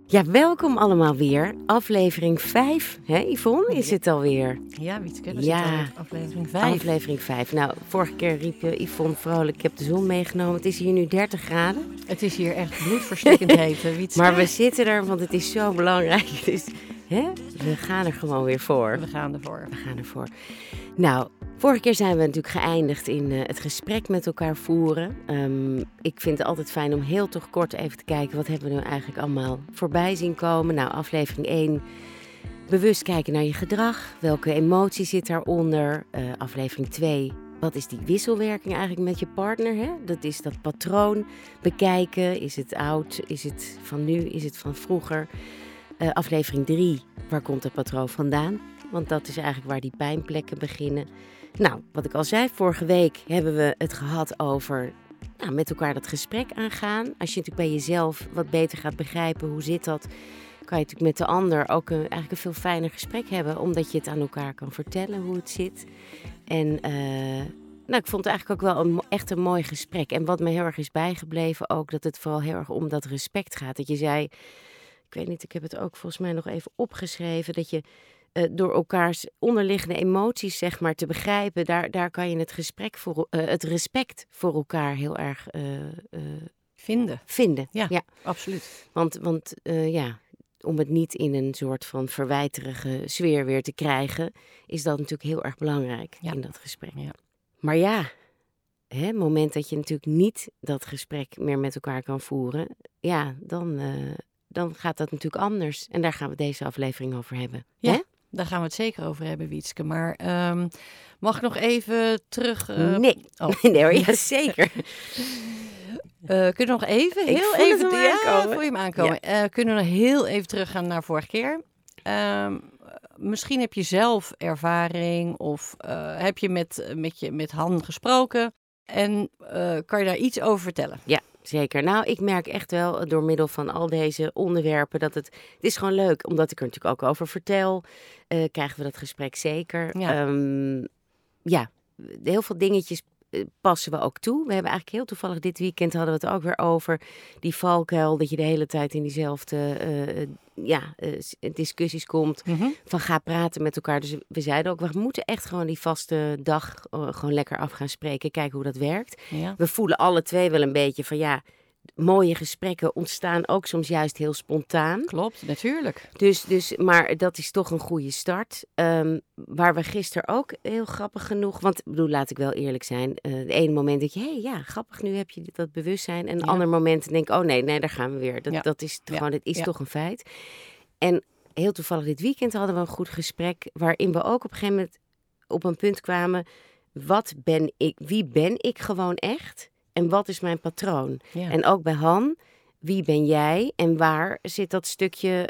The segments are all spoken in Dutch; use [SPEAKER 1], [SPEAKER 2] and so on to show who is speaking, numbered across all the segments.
[SPEAKER 1] Ja, welkom allemaal weer. Aflevering 5, hè Yvonne, is het alweer?
[SPEAKER 2] Ja, Wietske, we
[SPEAKER 1] Ja.
[SPEAKER 2] zitten op aflevering 5.
[SPEAKER 1] Aflevering 5. Nou, vorige keer riep Yvonne vrolijk, ik heb de zon meegenomen. Het is hier nu 30 graden.
[SPEAKER 2] Het is hier echt bloedverstikkend heet, Wietske.
[SPEAKER 1] Maar we zitten er, want het is zo belangrijk. Dus hè, we gaan er gewoon weer voor.
[SPEAKER 2] We gaan ervoor.
[SPEAKER 1] We gaan ervoor. Nou, vorige keer zijn we natuurlijk geëindigd in het gesprek met elkaar voeren. Ik vind het altijd fijn om heel toch kort even te kijken, wat hebben we nu eigenlijk allemaal voorbij zien komen. Nou, aflevering 1, bewust kijken naar je gedrag. Welke emotie zit daaronder? Aflevering 2, wat is die wisselwerking eigenlijk met je partner? Hè? Dat is dat patroon bekijken. Is het oud? Is het van nu? Is het van vroeger? Aflevering 3, waar komt het patroon vandaan? Want dat is eigenlijk waar die pijnplekken beginnen. Nou, wat ik al zei, vorige week hebben we het gehad over met elkaar dat gesprek aangaan. Als je natuurlijk bij jezelf wat beter gaat begrijpen, hoe zit dat, kan je natuurlijk met de ander ook eigenlijk een veel fijner gesprek hebben. Omdat je het aan elkaar kan vertellen hoe het zit. En ik vond het eigenlijk ook wel echt een mooi gesprek. En wat me heel erg is bijgebleven ook, dat het vooral heel erg om dat respect gaat. Dat je zei, ik weet niet, ik heb het ook volgens mij nog even opgeschreven, dat je door elkaars onderliggende emoties, zeg maar, te begrijpen, daar kan je het respect voor elkaar heel erg vinden.
[SPEAKER 2] Ja, absoluut.
[SPEAKER 1] Want om het niet in een soort van verwijterige sfeer weer te krijgen, is dat natuurlijk heel erg belangrijk in dat gesprek.
[SPEAKER 2] Ja.
[SPEAKER 1] Maar ja, het moment dat je natuurlijk niet dat gesprek meer met elkaar kan voeren, ja, dan gaat dat natuurlijk anders. En daar gaan we deze aflevering over hebben.
[SPEAKER 2] Ja.
[SPEAKER 1] Hè?
[SPEAKER 2] Daar gaan we het zeker over hebben, Wietske. Maar mag ik nog even terug...
[SPEAKER 1] Nee.
[SPEAKER 2] Oh.
[SPEAKER 1] Nee hoor, ja, zeker.
[SPEAKER 2] Kunnen we nog even,
[SPEAKER 1] Ik
[SPEAKER 2] heel
[SPEAKER 1] voel het
[SPEAKER 2] even...
[SPEAKER 1] hem aankomen.
[SPEAKER 2] Voel je hem aankomen. Kunnen we nog heel even teruggaan naar vorige keer? Misschien heb je zelf ervaring of heb je met Han gesproken en kan je daar iets over vertellen?
[SPEAKER 1] Ja, zeker. Nou, ik merk echt wel door middel van al deze onderwerpen dat het is gewoon leuk. Omdat ik er natuurlijk ook over vertel, krijgen we dat gesprek zeker.
[SPEAKER 2] Ja.
[SPEAKER 1] Heel veel dingetjes passen we ook toe. We hebben eigenlijk heel toevallig dit weekend hadden we het ook weer over die valkuil. Dat je de hele tijd in diezelfde discussies komt.
[SPEAKER 2] Mhm.
[SPEAKER 1] Van ga praten met elkaar. Dus we zeiden ook, we moeten echt gewoon die vaste dag gewoon lekker af gaan spreken. Kijken hoe dat werkt.
[SPEAKER 2] Ja.
[SPEAKER 1] We voelen alle twee wel een beetje van mooie gesprekken ontstaan ook soms juist heel spontaan.
[SPEAKER 2] Klopt, natuurlijk.
[SPEAKER 1] Maar dat is toch een goede start. Waar we gisteren ook heel grappig genoeg, want laat ik wel eerlijk zijn. Het ene moment denk je, grappig, nu heb je dat bewustzijn. En een ander moment denk ik, oh nee, daar gaan we weer. Dat is gewoon, het is toch een feit. En heel toevallig dit weekend hadden we een goed gesprek, waarin we ook op een gegeven moment op een punt kwamen. Wie ben ik gewoon echt? En wat is mijn patroon?
[SPEAKER 2] Ja.
[SPEAKER 1] En ook bij Han, wie ben jij? En waar zit dat stukje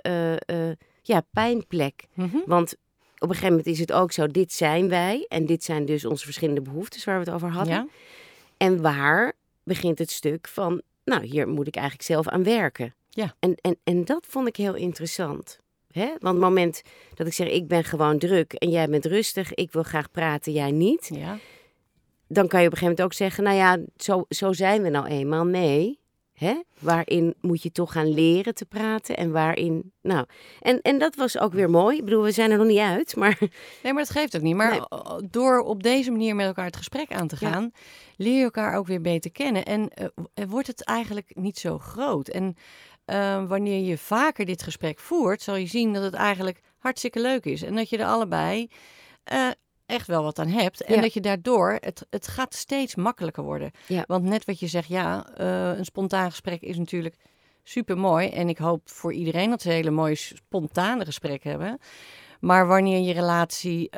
[SPEAKER 1] pijnplek?
[SPEAKER 2] Mhm.
[SPEAKER 1] Want op een gegeven moment is het ook zo, dit zijn wij. En dit zijn dus onze verschillende behoeftes waar we het over hadden.
[SPEAKER 2] Ja.
[SPEAKER 1] En waar begint het stuk van, hier moet ik eigenlijk zelf aan werken.
[SPEAKER 2] Ja.
[SPEAKER 1] En dat vond ik heel interessant. Hè? Want het moment dat ik zeg, ik ben gewoon druk en jij bent rustig. Ik wil graag praten, jij niet.
[SPEAKER 2] Ja.
[SPEAKER 1] Dan kan je op een gegeven moment ook zeggen, zo zijn we nou eenmaal. Nee, waarin moet je toch gaan leren te praten en waarin, En dat was ook weer mooi. Ik bedoel, we zijn er nog niet uit, maar...
[SPEAKER 2] Nee, maar dat geeft ook niet. Maar door op deze manier met elkaar het gesprek aan te gaan, leer je elkaar ook weer beter kennen. En wordt het eigenlijk niet zo groot. En wanneer je vaker dit gesprek voert, zal je zien dat het eigenlijk hartstikke leuk is. En dat je er allebei echt wel wat aan hebt. En dat je daardoor, het gaat steeds makkelijker worden. Ja. Want net wat je zegt, een spontaan gesprek is natuurlijk super mooi. En ik hoop voor iedereen dat ze hele mooie spontane gesprekken hebben. Maar wanneer je relatie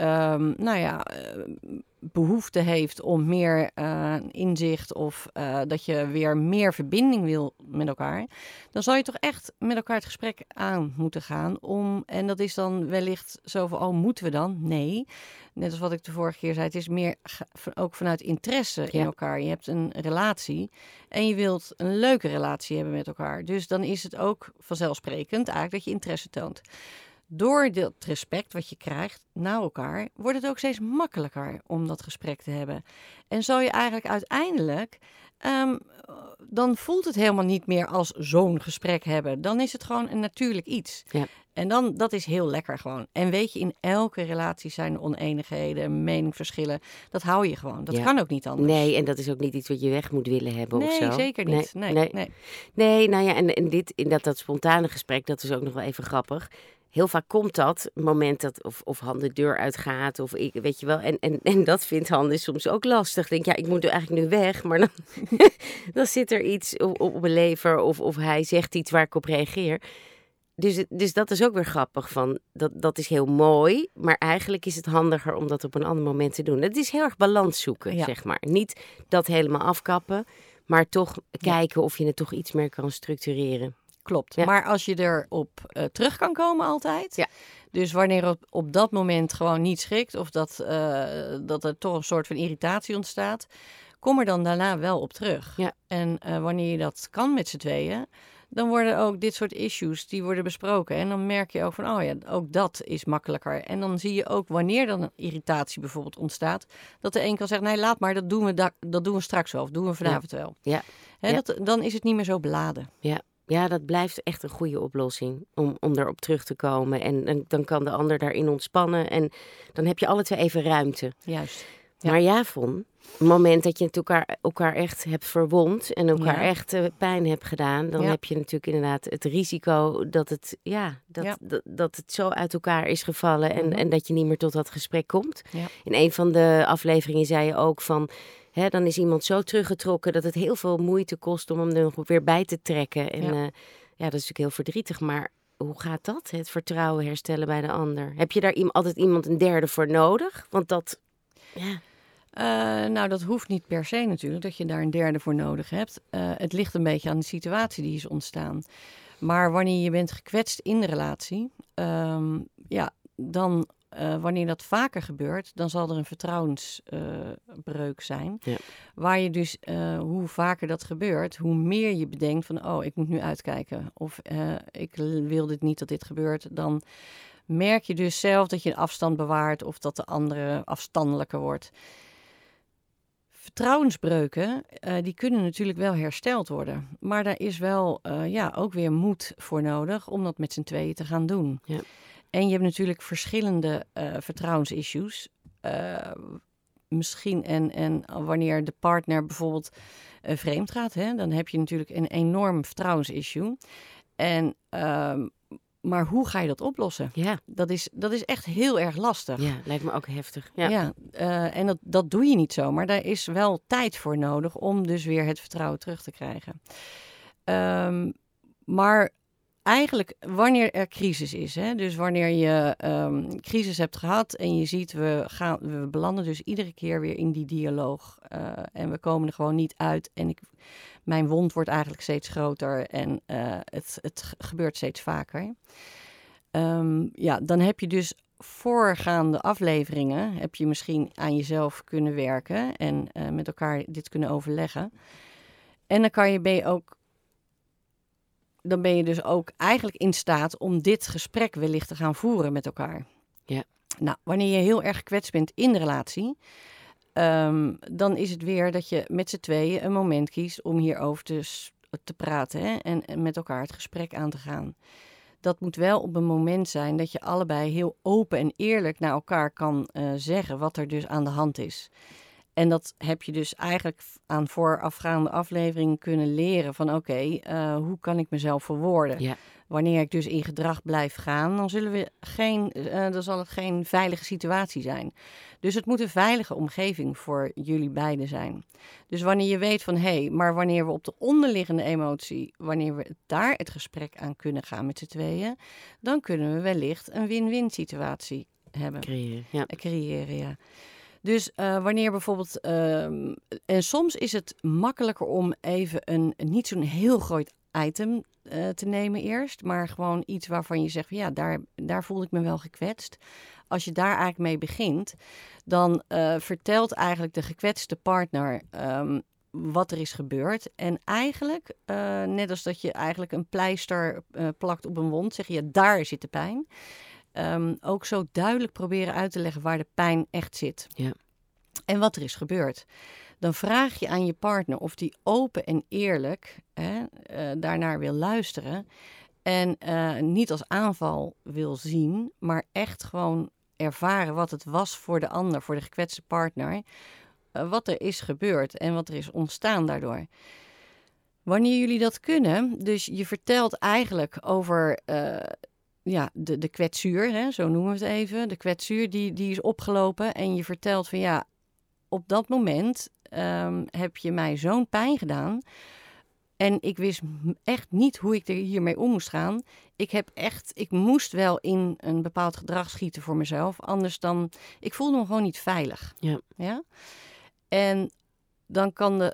[SPEAKER 2] behoefte heeft om meer inzicht of dat je weer meer verbinding wil met elkaar, dan zal je toch echt met elkaar het gesprek aan moeten gaan. En dat is dan wellicht zo van, moeten we dan? Nee. Net als wat ik de vorige keer zei, het is meer ook vanuit interesse in elkaar. Je hebt een relatie en je wilt een leuke relatie hebben met elkaar. Dus dan is het ook vanzelfsprekend eigenlijk dat je interesse toont. Door dat respect wat je krijgt naar elkaar, wordt het ook steeds makkelijker om dat gesprek te hebben. En zal je eigenlijk uiteindelijk Dan voelt het helemaal niet meer als zo'n gesprek hebben. Dan is het gewoon een natuurlijk iets.
[SPEAKER 1] Ja.
[SPEAKER 2] En dat is heel lekker gewoon. En weet je, in elke relatie zijn er oneenigheden, meningsverschillen. Dat hou je gewoon. Dat kan ook niet anders.
[SPEAKER 1] Nee, en dat is ook niet iets wat je weg moet willen hebben of zo.
[SPEAKER 2] Nee, zeker niet.
[SPEAKER 1] Nee, nou ja, en dit, in dat spontane gesprek, dat is ook nog wel even grappig. Heel vaak komt dat, het moment dat of Han de deur uitgaat of ik, weet je wel. En dat vindt Han soms ook lastig. Ik denk, ja, ik moet eigenlijk nu weg, maar dan, dan zit er iets op mijn lever of hij zegt iets waar ik op reageer. Dus dat is ook weer grappig. Dat is heel mooi, maar eigenlijk is het handiger om dat op een ander moment te doen. Het is heel erg balans zoeken, zeg maar. Niet dat helemaal afkappen, maar toch kijken of je het toch iets meer kan structureren.
[SPEAKER 2] Klopt, maar als je erop terug kan komen altijd. Ja. Dus wanneer op dat moment gewoon niet schikt of dat er toch een soort van irritatie ontstaat, kom er dan daarna wel op terug. Ja. En wanneer je dat kan met z'n tweeën, dan worden ook dit soort issues, die worden besproken. En dan merk je ook van, oh ja, ook dat is makkelijker. En dan zie je ook wanneer dan een irritatie bijvoorbeeld ontstaat, dat de een kan zeggen, nee, laat maar, dat doen we straks wel. Of doen we vanavond wel. Ja. Dan is het niet meer zo beladen. Ja.
[SPEAKER 1] Ja, dat blijft echt een goede oplossing om erop terug te komen. En dan kan de ander daarin ontspannen. En dan heb je alle twee even ruimte.
[SPEAKER 2] Juist.
[SPEAKER 1] Ja. Maar ja, Von, het moment dat je het elkaar echt hebt verwond en elkaar echt pijn hebt gedaan, dan heb je natuurlijk inderdaad het risico dat het zo uit elkaar is gevallen en dat je niet meer tot dat gesprek komt. Ja. In een van de afleveringen zei je ook van, dan is iemand zo teruggetrokken dat het heel veel moeite kost om hem er nog weer bij te trekken. En dat is natuurlijk heel verdrietig, maar hoe gaat dat? Het vertrouwen herstellen bij de ander. Heb je daar altijd iemand een derde voor nodig? Want dat... Ja.
[SPEAKER 2] Nou, dat hoeft niet per se natuurlijk, dat je daar een derde voor nodig hebt. Het ligt een beetje aan de situatie die is ontstaan. Maar wanneer je bent gekwetst in de relatie, dan, wanneer dat vaker gebeurt, dan zal er een vertrouwensbreuk zijn. Ja. Waar je dus, hoe vaker dat gebeurt, hoe meer je bedenkt van, oh, ik moet nu uitkijken. Of ik wil dit niet dat dit gebeurt, dan merk je dus zelf dat je een afstand bewaart of dat de andere afstandelijker wordt. Vertrouwensbreuken, die kunnen natuurlijk wel hersteld worden. Maar daar is wel ook weer moed voor nodig om dat met z'n tweeën te gaan doen. Ja. En je hebt natuurlijk verschillende vertrouwensissues. Misschien en wanneer de partner bijvoorbeeld vreemd gaat, dan heb je natuurlijk een enorm vertrouwensissue. En... maar hoe ga je dat oplossen? Ja. Dat is echt heel erg lastig.
[SPEAKER 1] Ja, lijkt me ook heftig. Ja,
[SPEAKER 2] en dat doe je niet zo. Maar daar is wel tijd voor nodig om dus weer het vertrouwen terug te krijgen. Maar eigenlijk wanneer er crisis is, dus wanneer je crisis hebt gehad en je ziet we belanden dus iedere keer weer in die dialoog. En we komen er gewoon niet uit en mijn wond wordt eigenlijk steeds groter en het gebeurt steeds vaker. Dan heb je dus voorgaande afleveringen, heb je misschien aan jezelf kunnen werken en met elkaar dit kunnen overleggen. En dan ben je dus ook eigenlijk in staat om dit gesprek wellicht te gaan voeren met elkaar. Ja. Nou, wanneer je heel erg gekwetst bent in de relatie, dan is het weer dat je met z'n tweeën een moment kiest om hierover te praten en met elkaar het gesprek aan te gaan. Dat moet wel op een moment zijn dat je allebei heel open en eerlijk naar elkaar kan zeggen wat er dus aan de hand is. En dat heb je dus eigenlijk aan voorafgaande afleveringen kunnen leren van oké, hoe kan ik mezelf verwoorden? Ja. Wanneer ik dus in gedrag blijf gaan, dan zal het geen veilige situatie zijn. Dus het moet een veilige omgeving voor jullie beiden zijn. Dus wanneer je weet van maar wanneer we op de onderliggende emotie, wanneer we daar het gesprek aan kunnen gaan met z'n tweeën, dan kunnen we wellicht een win-win situatie hebben. Creëren, ja. Dus wanneer bijvoorbeeld... en soms is het makkelijker om even een niet zo'n heel groot item te nemen eerst. Maar gewoon iets waarvan je zegt, ja, daar voelde ik me wel gekwetst. Als je daar eigenlijk mee begint, dan vertelt eigenlijk de gekwetste partner wat er is gebeurd. En eigenlijk, net als dat je eigenlijk een pleister plakt op een wond, zeg je, daar zit de pijn. Ook zo duidelijk proberen uit te leggen waar de pijn echt zit. Ja. En wat er is gebeurd. dan vraag je aan je partner of die open en eerlijk daarnaar wil luisteren. En niet als aanval wil zien, maar echt gewoon ervaren wat het was voor de ander, voor de gekwetste partner. Wat er is gebeurd en wat er is ontstaan daardoor. Wanneer jullie dat kunnen, dus je vertelt eigenlijk over de kwetsuur, hè, zo noemen we het even. De kwetsuur die is opgelopen en je vertelt van ja, op dat moment heb je mij zo'n pijn gedaan. En ik wist echt niet hoe ik er hiermee om moest gaan. Ik moest wel in een bepaald gedrag schieten voor mezelf. Anders dan, ik voelde me gewoon niet veilig. Ja? En dan kan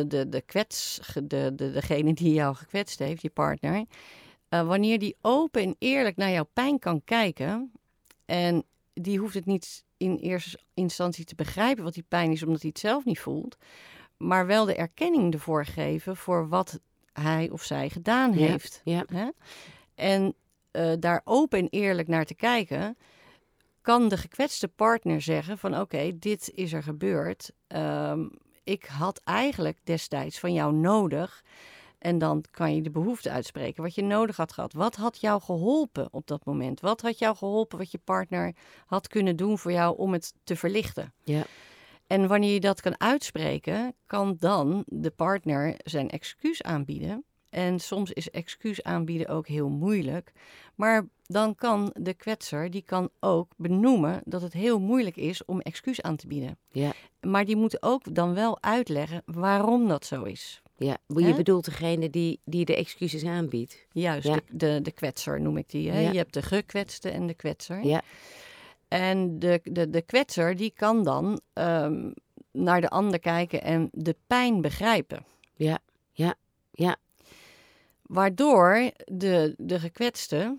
[SPEAKER 2] degene die jou gekwetst heeft, je partner, wanneer die open en eerlijk naar jouw pijn kan kijken, en die hoeft het niet in eerste instantie te begrijpen wat die pijn is, omdat hij het zelf niet voelt, maar wel de erkenning ervoor geven voor wat hij of zij gedaan heeft.
[SPEAKER 1] Ja.
[SPEAKER 2] Hè? En daar open en eerlijk naar te kijken, kan de gekwetste partner zeggen van oké, dit is er gebeurd. Ik had eigenlijk destijds van jou nodig. En dan kan je de behoefte uitspreken wat je nodig had gehad. Wat had jou geholpen op dat moment? Wat had jou geholpen wat je partner had kunnen doen voor jou om het te verlichten?
[SPEAKER 1] Ja.
[SPEAKER 2] En wanneer je dat kan uitspreken, kan dan de partner zijn excuus aanbieden. En soms is excuus aanbieden ook heel moeilijk. Maar dan kan de kwetser, die kan ook benoemen dat het heel moeilijk is om excuus aan te bieden.
[SPEAKER 1] Ja.
[SPEAKER 2] Maar die moet ook dan wel uitleggen waarom dat zo is.
[SPEAKER 1] Ja, je bedoelt degene die de excuses aanbiedt.
[SPEAKER 2] Juist,
[SPEAKER 1] ja.
[SPEAKER 2] de kwetser noem ik die. Hè?
[SPEAKER 1] Ja.
[SPEAKER 2] Je hebt de gekwetste en de kwetser.
[SPEAKER 1] Ja.
[SPEAKER 2] En de kwetser die kan dan naar de ander kijken en de pijn begrijpen.
[SPEAKER 1] Ja.
[SPEAKER 2] Waardoor de gekwetste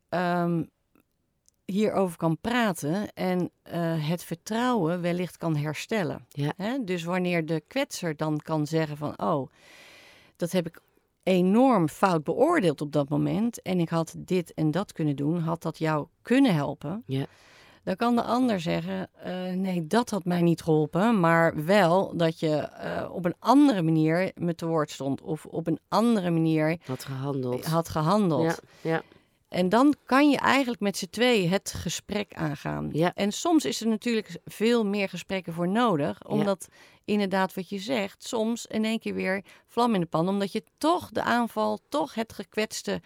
[SPEAKER 2] hierover kan praten en het vertrouwen wellicht kan herstellen.
[SPEAKER 1] Ja.
[SPEAKER 2] Hè? Dus wanneer de kwetser dan kan zeggen van oh, dat heb ik enorm fout beoordeeld op dat moment en ik had dit en dat kunnen doen, had dat jou kunnen helpen?
[SPEAKER 1] Ja.
[SPEAKER 2] Dan kan de ander zeggen, nee, dat had mij niet geholpen, maar wel dat je op een andere manier me te woord stond of op een andere manier had gehandeld.
[SPEAKER 1] Ja.
[SPEAKER 2] En dan kan je eigenlijk met z'n tweeën het gesprek aangaan.
[SPEAKER 1] Ja.
[SPEAKER 2] En soms is er natuurlijk veel meer gesprekken voor nodig, omdat inderdaad wat je zegt, soms in één keer weer vlam in de pan, omdat je toch de aanval, toch het gekwetste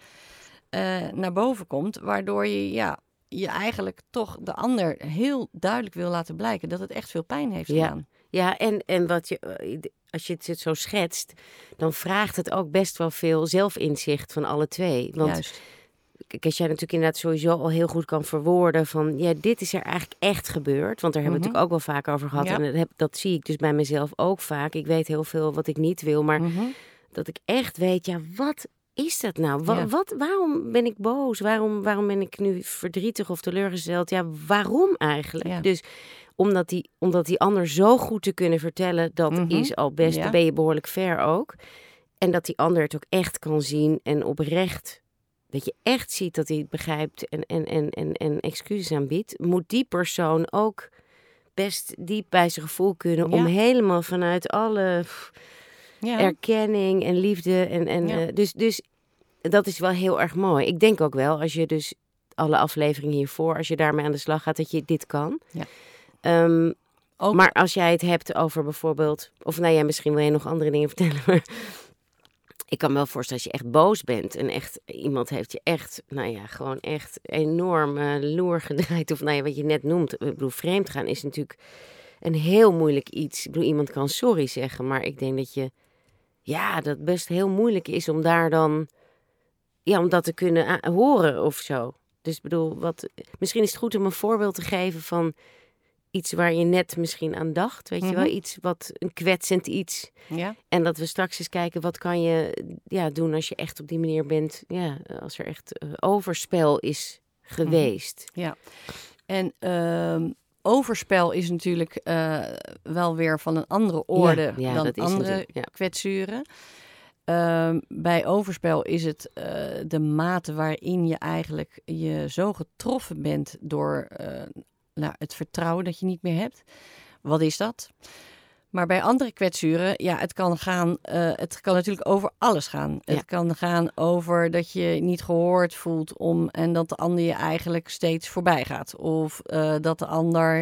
[SPEAKER 2] naar boven komt, waardoor je eigenlijk toch de ander heel duidelijk wil laten blijken dat het echt veel pijn heeft gedaan.
[SPEAKER 1] Ja, en als je het zo schetst, dan vraagt het ook best wel veel zelfinzicht van alle twee. Want
[SPEAKER 2] Juist.
[SPEAKER 1] Kijk, als jij natuurlijk inderdaad sowieso al heel goed kan verwoorden van ja, dit is er eigenlijk echt gebeurd. Want daar hebben we het natuurlijk ook wel vaak over gehad.
[SPEAKER 2] Ja.
[SPEAKER 1] En dat zie ik dus bij mezelf ook vaak. Ik weet heel veel wat ik niet wil, maar dat ik echt weet, ja, wat is dat nou? Waarom ben ik boos? Waarom ben ik nu verdrietig of teleurgesteld? Ja, waarom eigenlijk?
[SPEAKER 2] Ja.
[SPEAKER 1] Dus omdat die ander zo goed te kunnen vertellen, dat is al best, dan ben je behoorlijk ver ook. En dat die ander het ook echt kan zien en oprecht, dat je echt ziet dat hij het begrijpt en excuses aanbiedt, moet die persoon ook best diep bij zijn gevoel kunnen om helemaal vanuit alle erkenning en liefde. Dus dat is wel heel erg mooi. Ik denk ook wel, als je dus alle afleveringen hiervoor, als je daarmee aan de slag gaat, dat je dit kan.
[SPEAKER 2] Ja.
[SPEAKER 1] Maar als jij het hebt over bijvoorbeeld, of nou ja, misschien wil je nog andere dingen vertellen, maar ik kan me wel voorstellen als je echt boos bent en echt iemand heeft je echt, nou ja, gewoon echt enorm loer gedraaid. Of nou ja, wat je net noemt, ik bedoel, vreemd gaan is natuurlijk een heel moeilijk iets. Ik bedoel, iemand kan sorry zeggen, maar ik denk dat best heel moeilijk is om daar dan, om dat te kunnen horen of zo. Dus ik bedoel, misschien is het goed om een voorbeeld te geven van iets waar je net misschien aan dacht, weet je wel, iets een kwetsend iets.
[SPEAKER 2] Ja.
[SPEAKER 1] En dat we straks eens kijken, wat kan je doen als je echt op die manier bent, als er echt overspel is geweest.
[SPEAKER 2] Ja, en overspel is natuurlijk wel weer van een andere orde dan andere kwetsuren. Bij overspel is het de mate waarin je eigenlijk je zo getroffen bent door het vertrouwen dat je niet meer hebt. Wat is dat? Maar bij andere kwetsuren, het kan gaan, het kan natuurlijk over alles gaan.
[SPEAKER 1] Ja.
[SPEAKER 2] Het kan gaan over dat je niet gehoord voelt en dat de ander je eigenlijk steeds voorbij gaat. Of dat de ander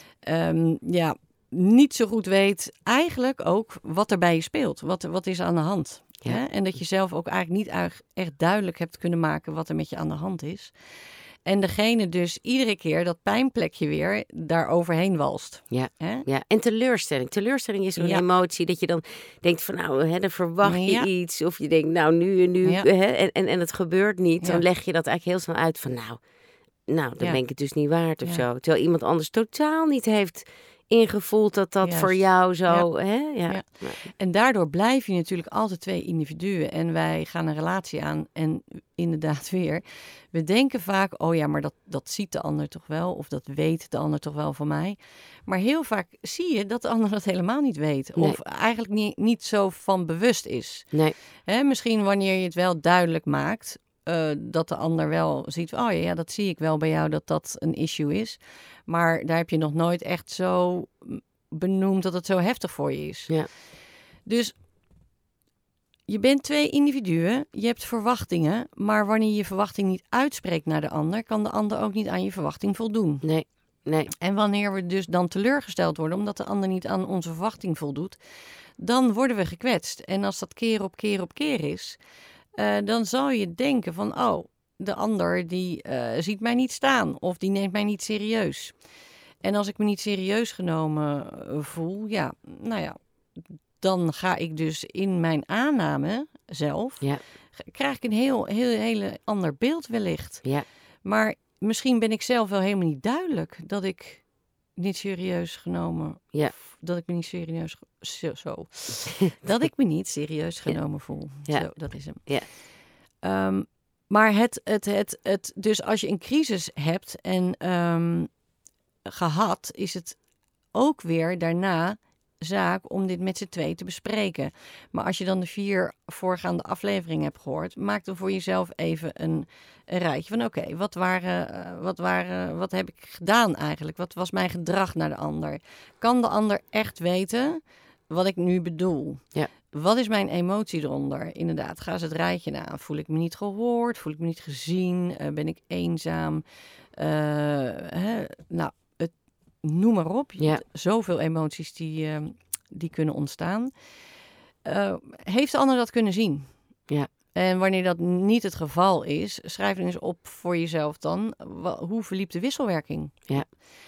[SPEAKER 2] niet zo goed weet eigenlijk ook wat er bij je speelt. Wat is aan de hand.
[SPEAKER 1] Ja.
[SPEAKER 2] Hè? En dat je zelf ook eigenlijk niet echt duidelijk hebt kunnen maken wat er met je aan de hand is. En degene dus iedere keer dat pijnplekje weer daar overheen walst.
[SPEAKER 1] Ja.
[SPEAKER 2] Hè?
[SPEAKER 1] Ja. En teleurstelling. Teleurstelling is zo'n emotie dat je dan denkt van dan verwacht je iets. Of je denkt nou nu en nu.
[SPEAKER 2] Ja.
[SPEAKER 1] En het gebeurt niet. Dan leg je dat eigenlijk heel snel uit van dan ben ik het dus niet waard of zo. Terwijl iemand anders totaal niet heeft ingevoeld dat voor jou zo...
[SPEAKER 2] Ja.
[SPEAKER 1] Hè?
[SPEAKER 2] Ja. En daardoor blijf je natuurlijk altijd 2 individuen. En wij gaan een relatie aan. En inderdaad weer, we denken vaak... maar dat ziet de ander toch wel. Of dat weet de ander toch wel van mij. Maar heel vaak zie je dat de ander dat helemaal niet weet.
[SPEAKER 1] Nee.
[SPEAKER 2] Of eigenlijk niet zo van bewust is.
[SPEAKER 1] Nee.
[SPEAKER 2] Hè, misschien wanneer je het wel duidelijk maakt... dat de ander wel ziet, dat zie ik wel bij jou dat een issue is. Maar daar heb je nog nooit echt zo benoemd dat het zo heftig voor je is.
[SPEAKER 1] Ja.
[SPEAKER 2] Dus je bent 2 individuen, je hebt verwachtingen, maar wanneer je verwachting niet uitspreekt naar de ander, kan de ander ook niet aan je verwachting voldoen.
[SPEAKER 1] Nee.
[SPEAKER 2] En wanneer we dus dan teleurgesteld worden, omdat de ander niet aan onze verwachting voldoet, dan worden we gekwetst. En als dat keer op keer op keer is... dan zal je denken van, de ander die ziet mij niet staan of die neemt mij niet serieus. En als ik me niet serieus genomen voel, dan ga ik dus in mijn aanname zelf, krijg ik een heel ander beeld wellicht.
[SPEAKER 1] Ja.
[SPEAKER 2] Maar misschien ben ik zelf wel helemaal niet duidelijk dat ik niet serieus genomen...
[SPEAKER 1] Ja.
[SPEAKER 2] Dat ik me niet serieus... dat ik me niet serieus genomen voel.
[SPEAKER 1] Ja.
[SPEAKER 2] Zo, dat is hem.
[SPEAKER 1] Ja.
[SPEAKER 2] Maar dus als je een crisis hebt en gehad, is het ook weer daarna zaak om dit met z'n 2 te bespreken. Maar als je dan de 4 voorgaande afleveringen hebt gehoord, maak dan voor jezelf even een rijtje van oké, wat heb ik gedaan eigenlijk? Wat was mijn gedrag naar de ander? Kan de ander echt weten wat ik nu bedoel?
[SPEAKER 1] Ja.
[SPEAKER 2] Wat is mijn emotie eronder? Inderdaad, ga eens het rijtje na. Voel ik me niet gehoord? Voel ik me niet gezien? Ben ik eenzaam? Noem maar op.
[SPEAKER 1] Ja.
[SPEAKER 2] Zoveel emoties die kunnen ontstaan. Heeft de ander dat kunnen zien?
[SPEAKER 1] Ja.
[SPEAKER 2] En wanneer dat niet het geval is, schrijf dan eens op voor jezelf dan. Hoe verliep de wisselwerking?
[SPEAKER 1] Ja.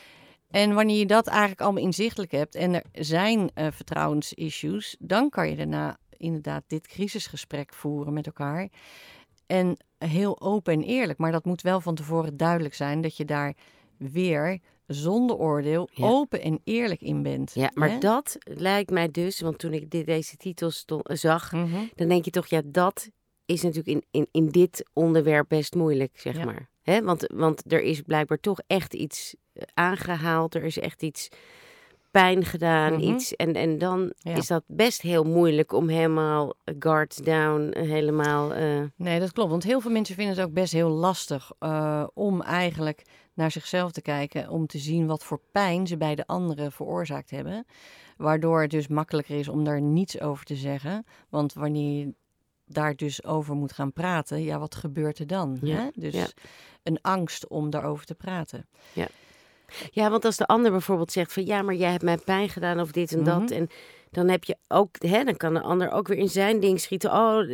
[SPEAKER 2] En wanneer je dat eigenlijk allemaal inzichtelijk hebt en er zijn vertrouwensissues, dan kan je daarna inderdaad dit crisisgesprek voeren met elkaar. En heel open en eerlijk, maar dat moet wel van tevoren duidelijk zijn dat je daar weer zonder oordeel open en eerlijk in bent.
[SPEAKER 1] Ja, maar dat lijkt mij dus, want toen ik deze titels zag, dan denk je toch, dat is natuurlijk in dit onderwerp best moeilijk, zeg maar. Hè? Want er is blijkbaar toch echt iets aangehaald, er is echt iets pijn gedaan, iets. En dan is dat best heel moeilijk om helemaal guards down, helemaal...
[SPEAKER 2] Nee, dat klopt, want heel veel mensen vinden het ook best heel lastig om eigenlijk naar zichzelf te kijken, om te zien wat voor pijn ze bij de anderen veroorzaakt hebben. Waardoor het dus makkelijker is om daar niets over te zeggen. Want wanneer je daar dus over moet gaan praten, wat gebeurt er dan?
[SPEAKER 1] Ja,
[SPEAKER 2] hè? Dus een angst om daarover te praten.
[SPEAKER 1] Ja. Ja, want als de ander bijvoorbeeld zegt van maar jij hebt mij pijn gedaan of dit en dat. En dan heb je ook, dan kan de ander ook weer in zijn ding schieten.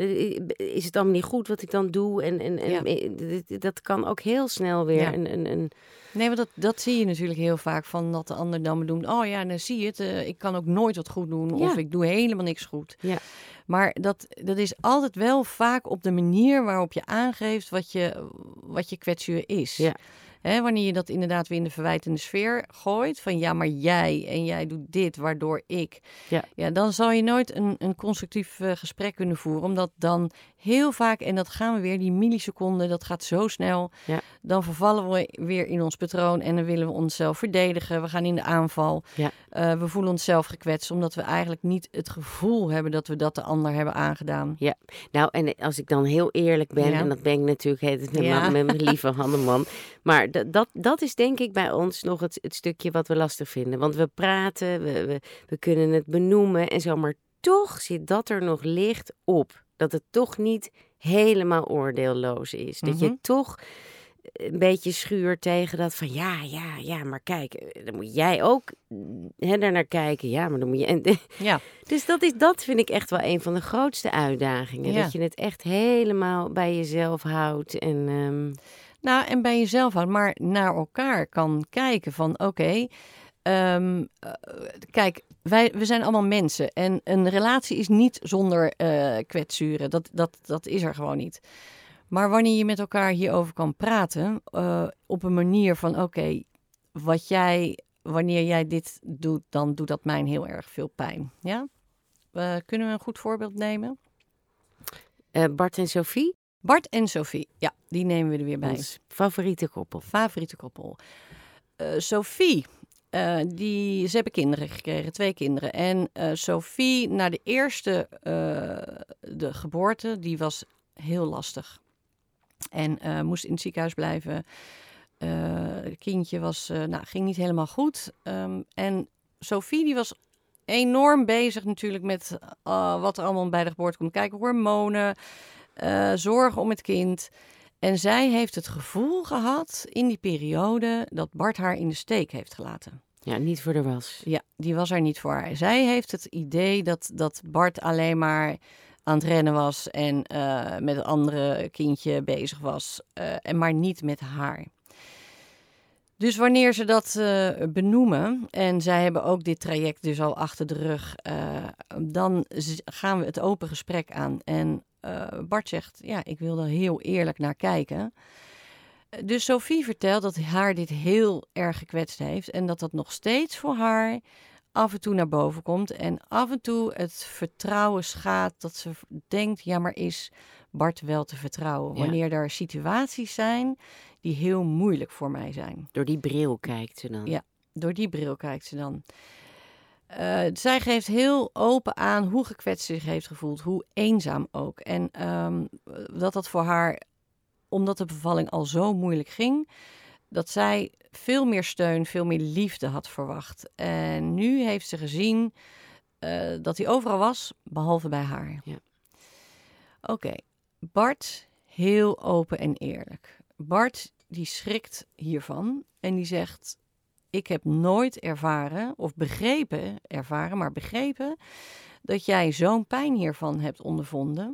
[SPEAKER 1] Is het allemaal niet goed wat ik dan doe? En dat kan ook heel snel weer
[SPEAKER 2] Nee, want dat zie je natuurlijk heel vaak van dat de ander dan bedoelt. Dan zie je het. Ik kan ook nooit wat goed doen of ik doe helemaal niks goed.
[SPEAKER 1] Ja.
[SPEAKER 2] Maar dat is altijd wel vaak op de manier waarop je aangeeft wat je kwetsuur is.
[SPEAKER 1] Ja.
[SPEAKER 2] Wanneer je dat inderdaad weer in de verwijtende sfeer gooit. Van maar jij doet dit, waardoor ik. Ja, dan zal je nooit een constructief gesprek kunnen voeren. Omdat dan heel vaak, en dat gaan we weer, die milliseconden, dat gaat zo snel.
[SPEAKER 1] Ja.
[SPEAKER 2] Dan vervallen we weer in ons patroon en dan willen we onszelf verdedigen. We gaan in de aanval.
[SPEAKER 1] Ja.
[SPEAKER 2] We voelen onszelf gekwetst, omdat we eigenlijk niet het gevoel hebben dat we dat de ander hebben aangedaan.
[SPEAKER 1] Ja, nou en als ik dan heel eerlijk ben, en dat ben ik natuurlijk met mijn lieve Hanneman, maar Maar dat is denk ik bij ons nog het stukje wat we lastig vinden. Want we praten, we kunnen het benoemen en zo. Maar toch zit dat er nog licht op. Dat het toch niet helemaal oordeelloos is. Dat je toch een beetje schuurt tegen dat van ja, maar kijk, dan moet jij ook daarnaar kijken. Ja, maar dan moet je...
[SPEAKER 2] Ja.
[SPEAKER 1] Dus dat vind ik echt wel een van de grootste uitdagingen.
[SPEAKER 2] Ja.
[SPEAKER 1] Dat je het echt helemaal bij jezelf houdt. En,
[SPEAKER 2] Nou, en bij jezelf houdt, maar naar elkaar kan kijken van oké, kijk, we zijn allemaal mensen. En een relatie is niet zonder kwetsuren. Dat is er gewoon niet. Maar wanneer je met elkaar hierover kan praten, op een manier van oké, wanneer jij dit doet, dan doet dat mij heel erg veel pijn. Ja? Kunnen we een goed voorbeeld nemen?
[SPEAKER 1] Bart en Sophie?
[SPEAKER 2] Bart en Sophie, ja, die nemen we er weer bij.
[SPEAKER 1] Ons favoriete koppel.
[SPEAKER 2] Sophie, ze hebben kinderen gekregen, 2 kinderen. En Sophie, na de eerste de geboorte, die was heel lastig. En moest in het ziekenhuis blijven. Het kindje ging niet helemaal goed. En Sophie die was enorm bezig natuurlijk met wat er allemaal bij de geboorte komt. Kijk, hormonen, zorgen om het kind. En zij heeft het gevoel gehad in die periode dat Bart haar in de steek heeft gelaten.
[SPEAKER 1] Ja, niet voor de was.
[SPEAKER 2] Ja, die was er niet voor haar. Zij heeft het idee dat Bart alleen maar aan het rennen was en met een andere kindje bezig was, en maar niet met haar. Dus wanneer ze dat benoemen, en zij hebben ook dit traject dus al achter de rug, dan gaan we het open gesprek aan. En Bart zegt, ja, ik wil er heel eerlijk naar kijken. Dus Sophie vertelt dat haar dit heel erg gekwetst heeft en dat nog steeds voor haar af en toe naar boven komt. En af en toe het vertrouwen schaadt, dat ze denkt, ja, maar is Bart wel te vertrouwen?
[SPEAKER 1] Ja.
[SPEAKER 2] Wanneer er situaties zijn die heel moeilijk voor mij zijn.
[SPEAKER 1] Door die bril kijkt ze dan.
[SPEAKER 2] Ja, door die bril kijkt ze dan. Zij geeft heel open aan hoe gekwetst ze zich heeft gevoeld, hoe eenzaam ook. En dat voor haar, omdat de bevalling al zo moeilijk ging, dat zij veel meer steun, veel meer liefde had verwacht. En nu heeft ze gezien dat hij overal was, behalve bij haar.
[SPEAKER 1] Ja.
[SPEAKER 2] Oké, Bart, heel open en eerlijk. Bart, die schrikt hiervan en die zegt, ik heb nooit begrepen dat jij zo'n pijn hiervan hebt ondervonden.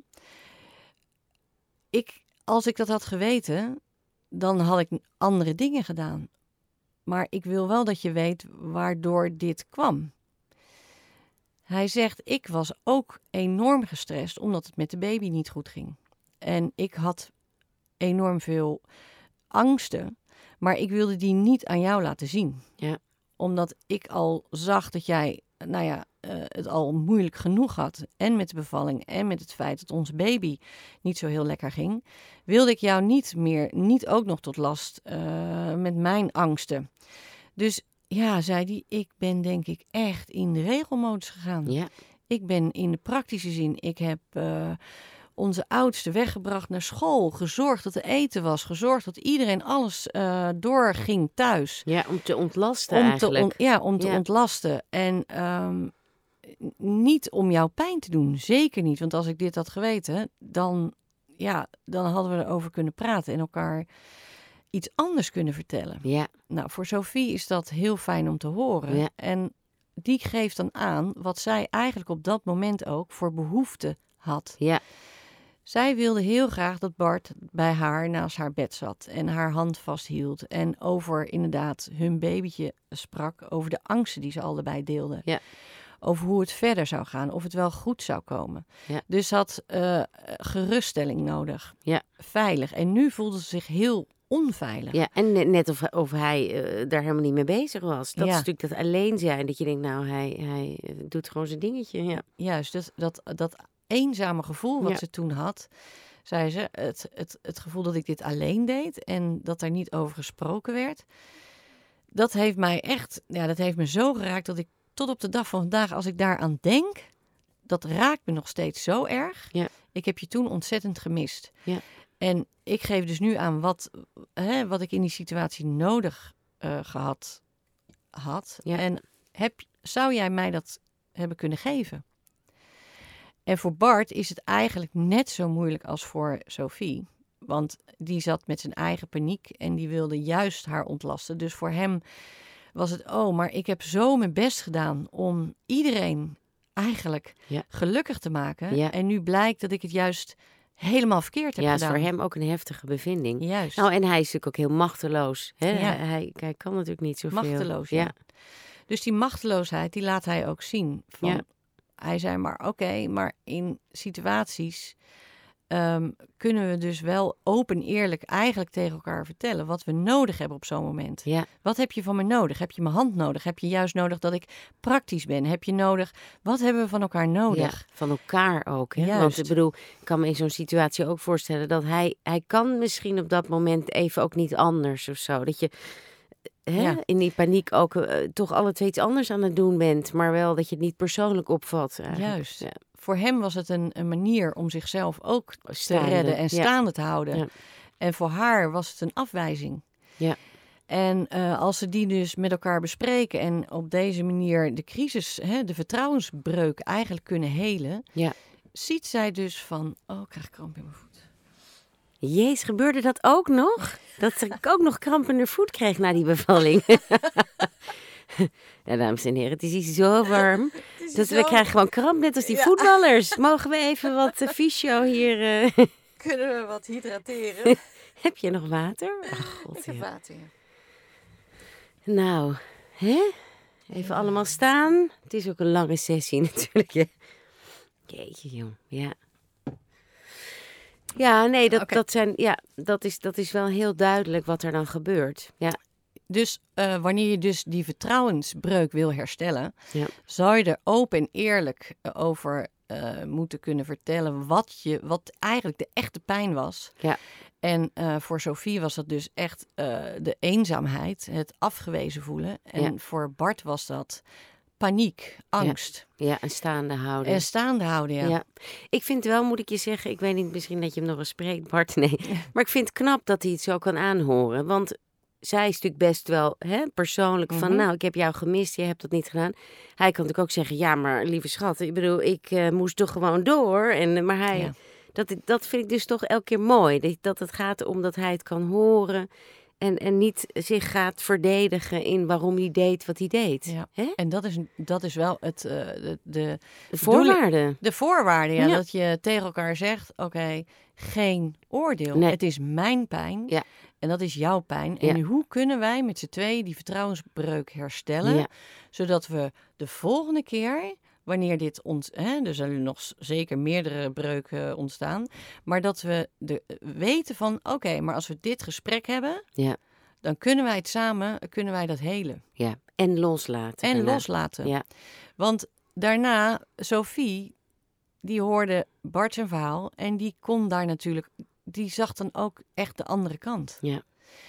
[SPEAKER 2] Als ik dat had geweten, dan had ik andere dingen gedaan. Maar ik wil wel dat je weet waardoor dit kwam. Hij zegt, ik was ook enorm gestrest omdat het met de baby niet goed ging. En ik had enorm veel angsten, maar ik wilde die niet aan jou laten zien.
[SPEAKER 1] Ja.
[SPEAKER 2] Omdat ik al zag dat jij, het al moeilijk genoeg had. En met de bevalling en met het feit dat onze baby niet zo heel lekker ging. Wilde ik jou niet ook nog tot last met mijn angsten. Dus ja, zei hij, ik ben denk ik echt in de regelmodus gegaan.
[SPEAKER 1] Ja.
[SPEAKER 2] Ik ben in de praktische zin, ik heb onze oudste weggebracht naar school. Gezorgd dat er eten was. Gezorgd dat iedereen alles doorging thuis.
[SPEAKER 1] Ja, om te ontlasten eigenlijk.
[SPEAKER 2] Om te ontlasten. En niet om jouw pijn te doen. Zeker niet. Want als ik dit had geweten, dan hadden we erover kunnen praten. En elkaar iets anders kunnen vertellen.
[SPEAKER 1] Ja.
[SPEAKER 2] Nou, voor Sophie is dat heel fijn om te horen.
[SPEAKER 1] Ja.
[SPEAKER 2] En die geeft dan aan wat zij eigenlijk op dat moment ook voor behoefte had.
[SPEAKER 1] Ja.
[SPEAKER 2] Zij wilde heel graag dat Bart bij haar naast haar bed zat en haar hand vasthield. En over inderdaad hun babytje sprak, over de angsten die ze allebei deelden.
[SPEAKER 1] Ja.
[SPEAKER 2] Over hoe het verder zou gaan, of het wel goed zou komen.
[SPEAKER 1] Ja.
[SPEAKER 2] Dus had geruststelling nodig.
[SPEAKER 1] Ja.
[SPEAKER 2] Veilig. En nu voelde ze zich heel onveilig.
[SPEAKER 1] Ja, en net of hij daar helemaal niet mee bezig was. Dat is
[SPEAKER 2] Ja.
[SPEAKER 1] natuurlijk dat alleen zijn. Dat je denkt, nou, hij doet gewoon zijn dingetje. Ja.
[SPEAKER 2] Juist, dat eenzame gevoel wat
[SPEAKER 1] Ja.
[SPEAKER 2] ze toen had, zei ze, het gevoel dat ik dit alleen deed en dat er niet over gesproken werd, dat heeft mij echt, dat heeft me zo geraakt dat ik tot op de dag van vandaag, als ik daaraan denk, dat raakt me nog steeds zo erg.
[SPEAKER 1] Ja.
[SPEAKER 2] Ik heb je toen ontzettend gemist.
[SPEAKER 1] Ja.
[SPEAKER 2] En ik geef dus nu aan wat ik in die situatie nodig had.
[SPEAKER 1] Ja.
[SPEAKER 2] En zou jij mij dat hebben kunnen geven? En voor Bart is het eigenlijk net zo moeilijk als voor Sophie. Want die zat met zijn eigen paniek en die wilde juist haar ontlasten. Dus voor hem was het, maar ik heb zo mijn best gedaan om iedereen eigenlijk gelukkig te maken.
[SPEAKER 1] Ja.
[SPEAKER 2] En nu blijkt dat ik het juist helemaal verkeerd heb gedaan.
[SPEAKER 1] Ja, is voor hem ook een heftige bevinding.
[SPEAKER 2] Juist.
[SPEAKER 1] Nou, en hij is natuurlijk ook heel machteloos. Hè?
[SPEAKER 2] Ja.
[SPEAKER 1] Hij kan natuurlijk niet zoveel.
[SPEAKER 2] Machteloos, ja. Dus die machteloosheid, die laat hij ook zien. Hij zei maar, maar in situaties kunnen we dus wel open eerlijk eigenlijk tegen elkaar vertellen wat we nodig hebben op zo'n moment.
[SPEAKER 1] Ja.
[SPEAKER 2] Wat heb je van me nodig? Heb je mijn hand nodig? Heb je juist nodig dat ik praktisch ben? Heb je nodig? Wat hebben we van elkaar nodig?
[SPEAKER 1] Ja, van elkaar ook. Hè?
[SPEAKER 2] Juist.
[SPEAKER 1] Want ik bedoel, ik kan me in zo'n situatie ook voorstellen dat hij kan misschien op dat moment even ook niet anders of zo. Dat je in die paniek ook toch alle twee iets anders aan het doen bent, maar wel dat je het niet persoonlijk opvat. Eigenlijk.
[SPEAKER 2] Juist.
[SPEAKER 1] Ja.
[SPEAKER 2] Voor hem was het een manier om zichzelf ook te redden en staande te houden.
[SPEAKER 1] Ja.
[SPEAKER 2] En voor haar was het een afwijzing.
[SPEAKER 1] Ja.
[SPEAKER 2] En als ze die dus met elkaar bespreken en op deze manier de crisis, de vertrouwensbreuk eigenlijk kunnen helen, ziet zij dus van, ik krijg kramp in mijn voet.
[SPEAKER 1] Jezus, gebeurde dat ook nog? Dat ik ook nog kramp in de voet kreeg na die bevalling. Ja, dames en heren, het is hier zo warm. We krijgen gewoon kramp, net als die voetballers. Mogen we even wat fysio hier...
[SPEAKER 2] Kunnen we wat hydrateren?
[SPEAKER 1] Heb je nog water? Oh, God,
[SPEAKER 2] ik heb water,
[SPEAKER 1] Nou, even allemaal staan. Het is ook een lange sessie natuurlijk. Jeetje, jong. Ja. Ja, nee, dat is wel heel duidelijk wat er dan gebeurt. Ja.
[SPEAKER 2] Dus wanneer je dus die vertrouwensbreuk wil herstellen, zou je er open en eerlijk over moeten kunnen vertellen wat eigenlijk de echte pijn was.
[SPEAKER 1] Ja.
[SPEAKER 2] En voor Sophie was dat dus echt de eenzaamheid, het afgewezen voelen. En voor Bart was dat paniek, angst.
[SPEAKER 1] Ja, en staande houden.
[SPEAKER 2] En staande houden, ja.
[SPEAKER 1] Ik vind wel, moet ik je zeggen, ik weet niet, misschien dat je hem nog eens spreekt, Bart, nee. Maar ik vind het knap dat hij het zo kan aanhoren. Want zij is natuurlijk best wel persoonlijk van, nou, ik heb jou gemist, je hebt dat niet gedaan. Hij kan natuurlijk ook zeggen, ja, maar lieve schat, ik bedoel, ik moest toch gewoon door. Maar hij, dat vind ik dus toch elke keer mooi. Dat het gaat om dat hij het kan horen. En niet zich gaat verdedigen in waarom hij deed wat hij deed.
[SPEAKER 2] Ja. En dat is wel de
[SPEAKER 1] voorwaarde.
[SPEAKER 2] De voorwaarde, ja. Dat je tegen elkaar zegt, geen oordeel.
[SPEAKER 1] Nee.
[SPEAKER 2] Het is mijn pijn en dat is jouw pijn. En hoe kunnen wij met z'n tweeën die vertrouwensbreuk herstellen, zodat we de volgende keer, wanneer dit er zullen nog zeker meerdere breuken ontstaan, maar dat we weten van, maar als we dit gesprek hebben, dan kunnen wij het samen, dat helen.
[SPEAKER 1] Ja, en loslaten. Ja.
[SPEAKER 2] Want daarna, Sophie, die hoorde Bart zijn verhaal en die kon daar natuurlijk, die zag dan ook echt de andere kant.
[SPEAKER 1] Ja.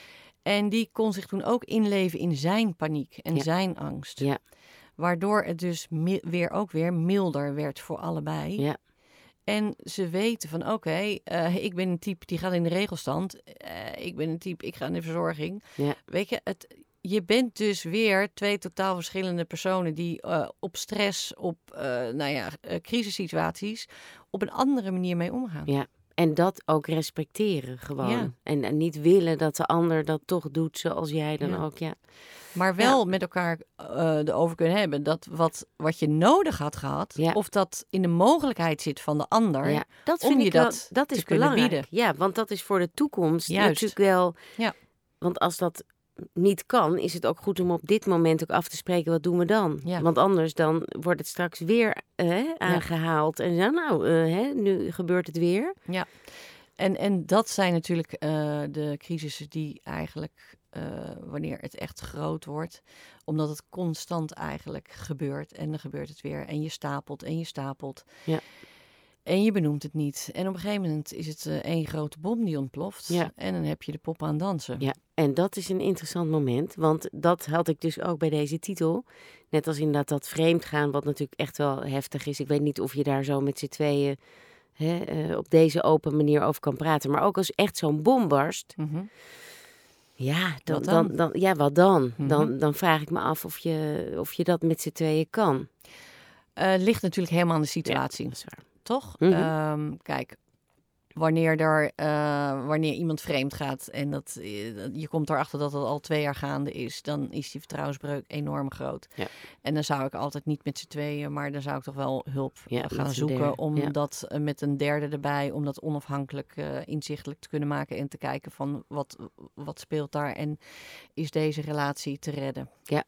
[SPEAKER 2] En die kon zich toen ook inleven in zijn paniek en zijn angst.
[SPEAKER 1] Ja.
[SPEAKER 2] Waardoor het dus weer milder werd voor allebei.
[SPEAKER 1] Ja.
[SPEAKER 2] En ze weten van ik ben een type die gaat in de regelstand. Ik ben een type, ik ga in de verzorging.
[SPEAKER 1] Ja.
[SPEAKER 2] Weet je, je bent dus weer twee totaal verschillende personen die op stress, op crisissituaties op een andere manier mee omgaan.
[SPEAKER 1] Ja. En dat ook respecteren gewoon.
[SPEAKER 2] Ja.
[SPEAKER 1] En niet willen dat de ander dat toch doet zoals jij dan ook. Ja.
[SPEAKER 2] Maar wel met elkaar erover kunnen hebben dat wat je nodig had gehad, of dat in de mogelijkheid zit van de ander,
[SPEAKER 1] dat
[SPEAKER 2] om
[SPEAKER 1] vind
[SPEAKER 2] je
[SPEAKER 1] ik dat is belangrijk. Bieden. Ja, want dat is voor de toekomst natuurlijk wel. Ja. Want als dat niet kan, is het ook goed om op dit moment ook af te spreken, wat doen we dan? Ja. Want anders dan wordt het straks weer aangehaald. En dan nu gebeurt het weer.
[SPEAKER 2] Ja, en dat zijn natuurlijk de crisissen die eigenlijk, wanneer het echt groot wordt, omdat het constant eigenlijk gebeurt en dan gebeurt het weer. En je stapelt en je stapelt. Ja. En je benoemt het niet. En op een gegeven moment is het één grote bom die ontploft. Ja. En dan heb je de pop aan dansen.
[SPEAKER 1] Ja, en dat is een interessant moment. Want dat had ik dus ook bij deze titel. Net als inderdaad dat vreemdgaan, wat natuurlijk echt wel heftig is. Ik weet niet of je daar zo met z'n tweeën op deze open manier over kan praten. Maar ook als echt zo'n bom barst. Ja,
[SPEAKER 2] Wat dan?
[SPEAKER 1] Wat dan?
[SPEAKER 2] Mhm.
[SPEAKER 1] Dan vraag ik me af of je dat met z'n tweeën kan.
[SPEAKER 2] Ligt natuurlijk helemaal aan de
[SPEAKER 1] Ja,
[SPEAKER 2] situatie,
[SPEAKER 1] dat is waar.
[SPEAKER 2] toch?
[SPEAKER 1] Mhm.
[SPEAKER 2] Kijk, wanneer iemand vreemd gaat en je komt erachter dat het al 2 jaar gaande is, dan is die vertrouwensbreuk enorm groot.
[SPEAKER 1] Ja.
[SPEAKER 2] En dan zou ik altijd niet met z'n tweeën, maar dan zou ik toch wel hulp
[SPEAKER 1] Ja, met
[SPEAKER 2] gaan
[SPEAKER 1] een
[SPEAKER 2] zoeken
[SPEAKER 1] derde.
[SPEAKER 2] om
[SPEAKER 1] Ja.
[SPEAKER 2] dat met een derde erbij, om dat onafhankelijk inzichtelijk te kunnen maken en te kijken van wat speelt daar en is deze relatie te redden.
[SPEAKER 1] Ja.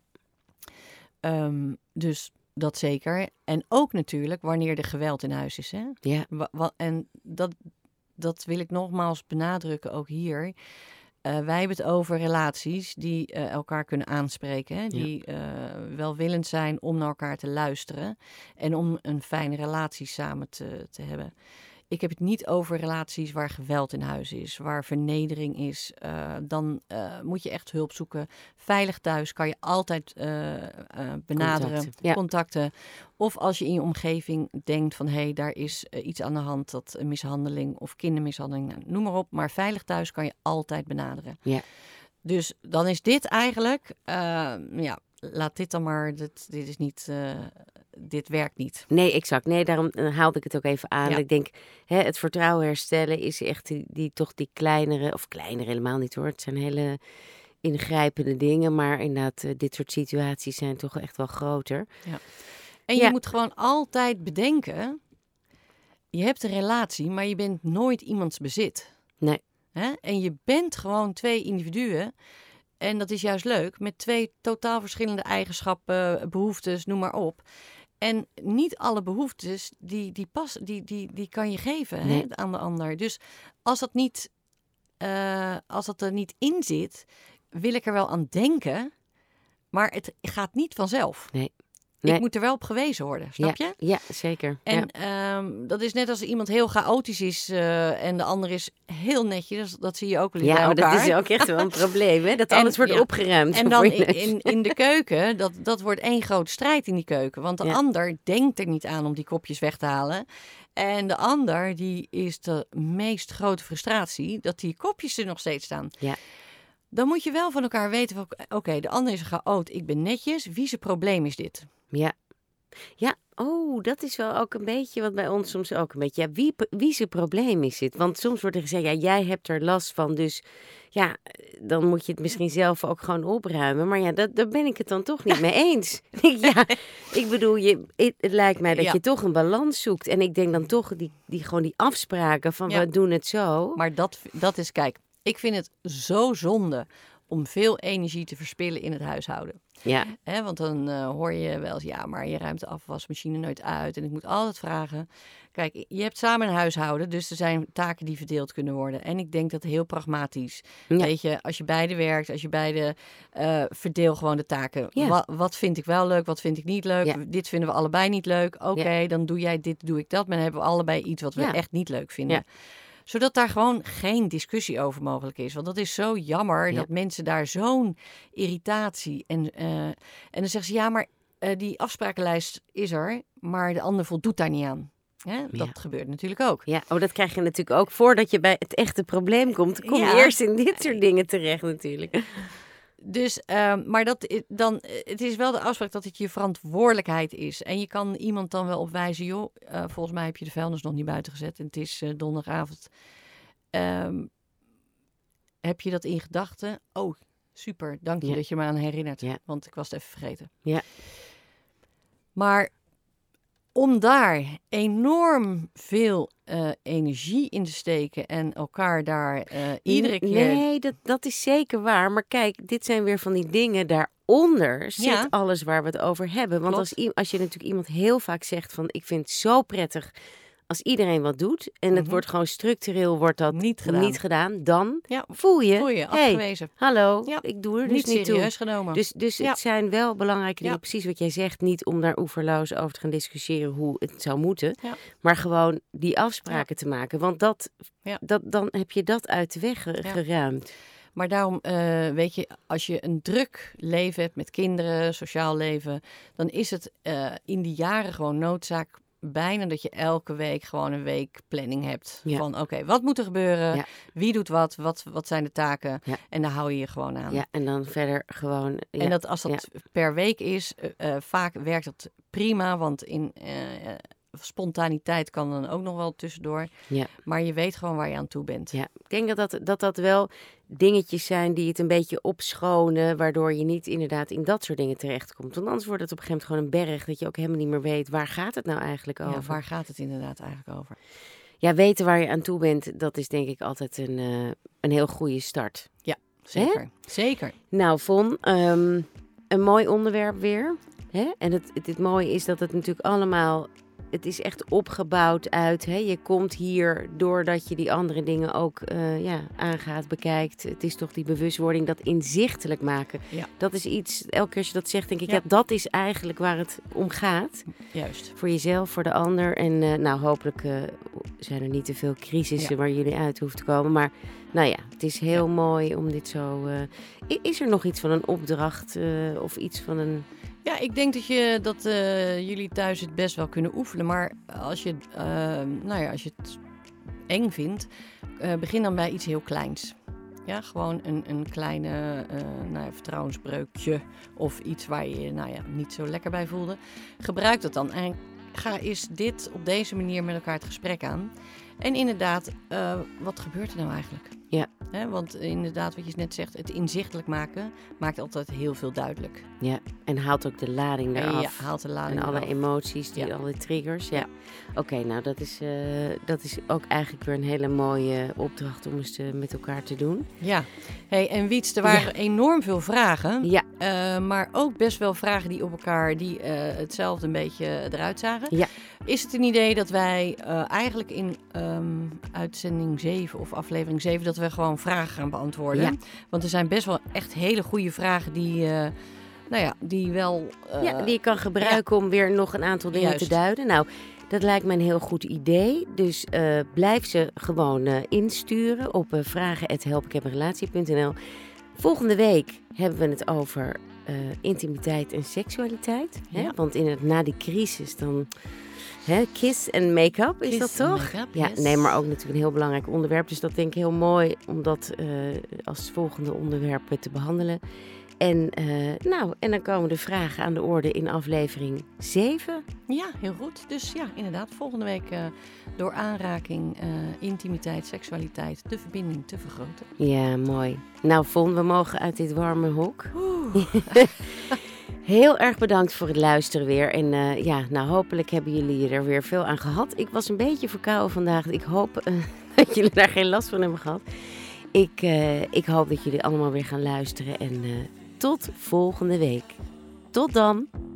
[SPEAKER 2] Dus dat zeker. En ook natuurlijk wanneer er geweld in huis is. Hè?
[SPEAKER 1] Ja.
[SPEAKER 2] En dat wil ik nogmaals benadrukken, ook hier. Wij hebben het over relaties die elkaar kunnen aanspreken. Hè? Die welwillend zijn om naar elkaar te luisteren. En om een fijne relatie samen te hebben. Ik heb het niet over relaties waar geweld in huis is, waar vernedering is. Dan moet je echt hulp zoeken. Veilig thuis kan je altijd benaderen, contacten. Of als je in je omgeving denkt van hé, daar is iets aan de hand, dat een mishandeling of kindermishandeling, nou, noem maar op. Maar veilig thuis kan je altijd benaderen.
[SPEAKER 1] Ja.
[SPEAKER 2] Dus dan is dit eigenlijk, laat dit dan maar, dit is niet... dit werkt niet.
[SPEAKER 1] Nee, exact. Nee, daarom haalde ik het ook even aan.
[SPEAKER 2] Ja.
[SPEAKER 1] Ik denk, het vertrouwen herstellen is echt die kleinere... Of kleinere helemaal niet hoor. Het zijn hele ingrijpende dingen. Maar inderdaad, dit soort situaties zijn toch echt wel groter.
[SPEAKER 2] Ja. En je moet gewoon altijd bedenken... Je hebt een relatie, maar je bent nooit iemands bezit.
[SPEAKER 1] Nee.
[SPEAKER 2] Hè? En je bent gewoon 2 individuen... En dat is juist leuk, met 2 totaal verschillende eigenschappen, behoeftes, noem maar op. En niet alle behoeftes, die kan je geven aan de ander. Dus als dat er niet in zit, wil ik er wel aan denken, maar het gaat niet vanzelf.
[SPEAKER 1] Nee.
[SPEAKER 2] Ik moet er wel op gewezen worden, snap je?
[SPEAKER 1] Ja, zeker.
[SPEAKER 2] En dat is net als iemand heel chaotisch is en de ander is heel netjes. Dat zie je ook wel eens bij
[SPEAKER 1] elkaar. Ja, maar dat is ook echt wel een probleem, hè? Dat alles wordt opgeruimd.
[SPEAKER 2] En dan in de keuken, dat wordt 1 grote strijd in die keuken. Want de ander denkt er niet aan om die kopjes weg te halen. En de ander, die is de meest grote frustratie dat die kopjes er nog steeds staan.
[SPEAKER 1] Ja.
[SPEAKER 2] Dan moet je wel van elkaar weten van, oké, de ander is een chaot, ik ben netjes. Wie zijn probleem is dit?
[SPEAKER 1] Ja. Ja, dat is wel ook een beetje wat bij ons soms ook een beetje... Ja, wie zijn probleem is het? Want soms wordt er gezegd, ja, jij hebt er last van, dus ja, dan moet je het misschien zelf ook gewoon opruimen. Maar ja, daar ben ik het dan toch niet mee eens. Ja, ik bedoel, het lijkt mij dat je toch een balans zoekt. En ik denk dan toch gewoon die afspraken van we doen het zo.
[SPEAKER 2] Maar dat is, kijk, ik vind het zo zonde om veel energie te verspillen in het huishouden.
[SPEAKER 1] Ja.
[SPEAKER 2] Want dan hoor je wel eens, ja, maar je ruimt de afwasmachine nooit uit. En ik moet altijd vragen. Kijk, je hebt samen een huishouden, dus er zijn taken die verdeeld kunnen worden. En ik denk dat heel pragmatisch. Ja. Weet je, als je beide werkt, verdeel gewoon de taken.
[SPEAKER 1] Ja.
[SPEAKER 2] Wat vind ik wel leuk, wat vind ik niet leuk? Ja. Dit vinden we allebei niet leuk. Oké, dan doe jij dit, doe ik dat. Maar dan hebben we allebei iets wat we echt niet leuk vinden. Ja. Zodat daar gewoon geen discussie over mogelijk is. Want dat is zo jammer dat mensen daar zo'n irritatie... En dan zeggen ze, ja, maar die afsprakenlijst is er, maar de ander voldoet daar niet aan. Dat gebeurt natuurlijk ook.
[SPEAKER 1] Ja, dat krijg je natuurlijk ook voordat je bij het echte probleem komt. Kom je eerst in dit soort dingen terecht natuurlijk.
[SPEAKER 2] Dus, maar het is wel de afspraak dat het je verantwoordelijkheid is. En je kan iemand dan wel opwijzen, joh, volgens mij heb je de vuilnis nog niet buiten gezet en het is donderdagavond. Heb je dat in gedachten? Oh, super, dank je dat je me aan herinnert, want ik was het even vergeten.
[SPEAKER 1] Ja.
[SPEAKER 2] Maar om daar enorm veel energie in te steken en elkaar daar iedere keer...
[SPEAKER 1] Nee, dat is zeker waar. Maar kijk, dit zijn weer van die dingen. Daaronder zit alles waar we het over hebben. Want als je natuurlijk iemand heel vaak zegt van... ik vind het zo prettig als iedereen wat doet... en het wordt gewoon structureel niet gedaan... dan voel je
[SPEAKER 2] afgewezen.
[SPEAKER 1] Hallo, ik doe er dus niet
[SPEAKER 2] serieus
[SPEAKER 1] toe.
[SPEAKER 2] genomen.
[SPEAKER 1] Dus het zijn wel belangrijke dingen, precies wat jij zegt. Niet om daar oeverloos over te gaan discussiëren hoe het zou moeten. Ja. Maar gewoon die afspraken te maken. Want dan heb je dat uit de weg geruimd.
[SPEAKER 2] Maar daarom, weet je, als je een druk leven hebt met kinderen, sociaal leven... dan is het in die jaren gewoon noodzaak bijna dat je elke week gewoon een weekplanning hebt.
[SPEAKER 1] Ja.
[SPEAKER 2] Van oké, wat moet er gebeuren?
[SPEAKER 1] Ja.
[SPEAKER 2] Wie doet wat zijn de taken?
[SPEAKER 1] Ja.
[SPEAKER 2] En daar hou je je gewoon aan.
[SPEAKER 1] Ja, en dan verder gewoon... Ja.
[SPEAKER 2] En als dat per week is, vaak werkt dat prima. Want in spontaniteit kan dan ook nog wel tussendoor.
[SPEAKER 1] Ja.
[SPEAKER 2] Maar je weet gewoon waar je aan toe bent.
[SPEAKER 1] Ja, ik denk dat wel dingetjes zijn die het een beetje opschonen, waardoor je niet inderdaad in dat soort dingen terechtkomt. Want anders wordt het op een gegeven moment gewoon een berg dat je ook helemaal niet meer weet, waar gaat het nou eigenlijk over?
[SPEAKER 2] Ja, waar gaat het inderdaad eigenlijk over?
[SPEAKER 1] Ja, weten waar je aan toe bent, dat is denk ik altijd een heel goede start.
[SPEAKER 2] Ja, zeker.
[SPEAKER 1] Hè?
[SPEAKER 2] Zeker.
[SPEAKER 1] Nou, Von, een mooi onderwerp weer. Hè? En het mooie is dat het natuurlijk allemaal... Het is echt opgebouwd uit, hè? Je komt hier doordat je die andere dingen ook aangaat, bekijkt. Het is toch die bewustwording, dat inzichtelijk maken.
[SPEAKER 2] Ja.
[SPEAKER 1] Dat is iets, elke keer als je dat zegt, denk ik, dat is eigenlijk waar het om gaat.
[SPEAKER 2] Juist.
[SPEAKER 1] Voor jezelf, voor de ander. En hopelijk zijn er niet te veel crisissen waar jullie uit hoeven te komen. Maar nou ja, het is heel mooi om dit zo... Is er nog iets van een opdracht of iets van een...
[SPEAKER 2] Ja, ik denk dat jullie thuis het best wel kunnen oefenen. Maar als je het eng vindt, begin dan bij iets heel kleins. Ja, gewoon een kleine vertrouwensbreukje of iets waar je je niet zo lekker bij voelde. Gebruik dat dan en ga eens op deze manier met elkaar het gesprek aan. En inderdaad, wat gebeurt er nou eigenlijk?
[SPEAKER 1] Ja.
[SPEAKER 2] Want inderdaad, wat je net zegt, het inzichtelijk maken maakt altijd heel veel duidelijk.
[SPEAKER 1] Ja, en haalt ook de lading eraf.
[SPEAKER 2] Ja, haalt de lading
[SPEAKER 1] en alle
[SPEAKER 2] eraf.
[SPEAKER 1] emoties, alle triggers. Ja. Oké, nou dat is ook eigenlijk weer een hele mooie opdracht om eens met elkaar te doen.
[SPEAKER 2] Ja. Hey, en Wiets, er waren enorm veel vragen.
[SPEAKER 1] Ja.
[SPEAKER 2] Maar ook best wel vragen die op elkaar hetzelfde een beetje eruit zagen.
[SPEAKER 1] Ja.
[SPEAKER 2] Is het een idee dat wij eigenlijk in uitzending 7 of aflevering 7... dat we gewoon vragen gaan beantwoorden?
[SPEAKER 1] Ja.
[SPEAKER 2] Want er zijn best wel echt hele goede vragen die wel...
[SPEAKER 1] die je kan gebruiken om weer nog een aantal dingen te duiden. Nou, dat lijkt me een heel goed idee. Dus blijf ze gewoon insturen op vragen@helpikhebenrelatie.nl. Volgende week hebben we het over intimiteit en seksualiteit.
[SPEAKER 2] Ja.
[SPEAKER 1] Hè? Want na die crisis dan... kiss en make-up, is dat toch?
[SPEAKER 2] Yes.
[SPEAKER 1] Nee, maar ook natuurlijk een heel belangrijk onderwerp. Dus dat denk ik heel mooi om dat als volgende onderwerp te behandelen. En dan komen de vragen aan de orde in aflevering 7.
[SPEAKER 2] Ja, heel goed. Dus ja, inderdaad, volgende week door aanraking, intimiteit, seksualiteit, de verbinding te vergroten.
[SPEAKER 1] Ja, mooi. Nou, Von, we mogen uit dit warme hok. Heel erg bedankt voor het luisteren weer. En hopelijk hebben jullie er weer veel aan gehad. Ik was een beetje verkouden vandaag. Ik hoop dat jullie daar geen last van hebben gehad. Ik hoop dat jullie allemaal weer gaan luisteren. En tot volgende week. Tot dan!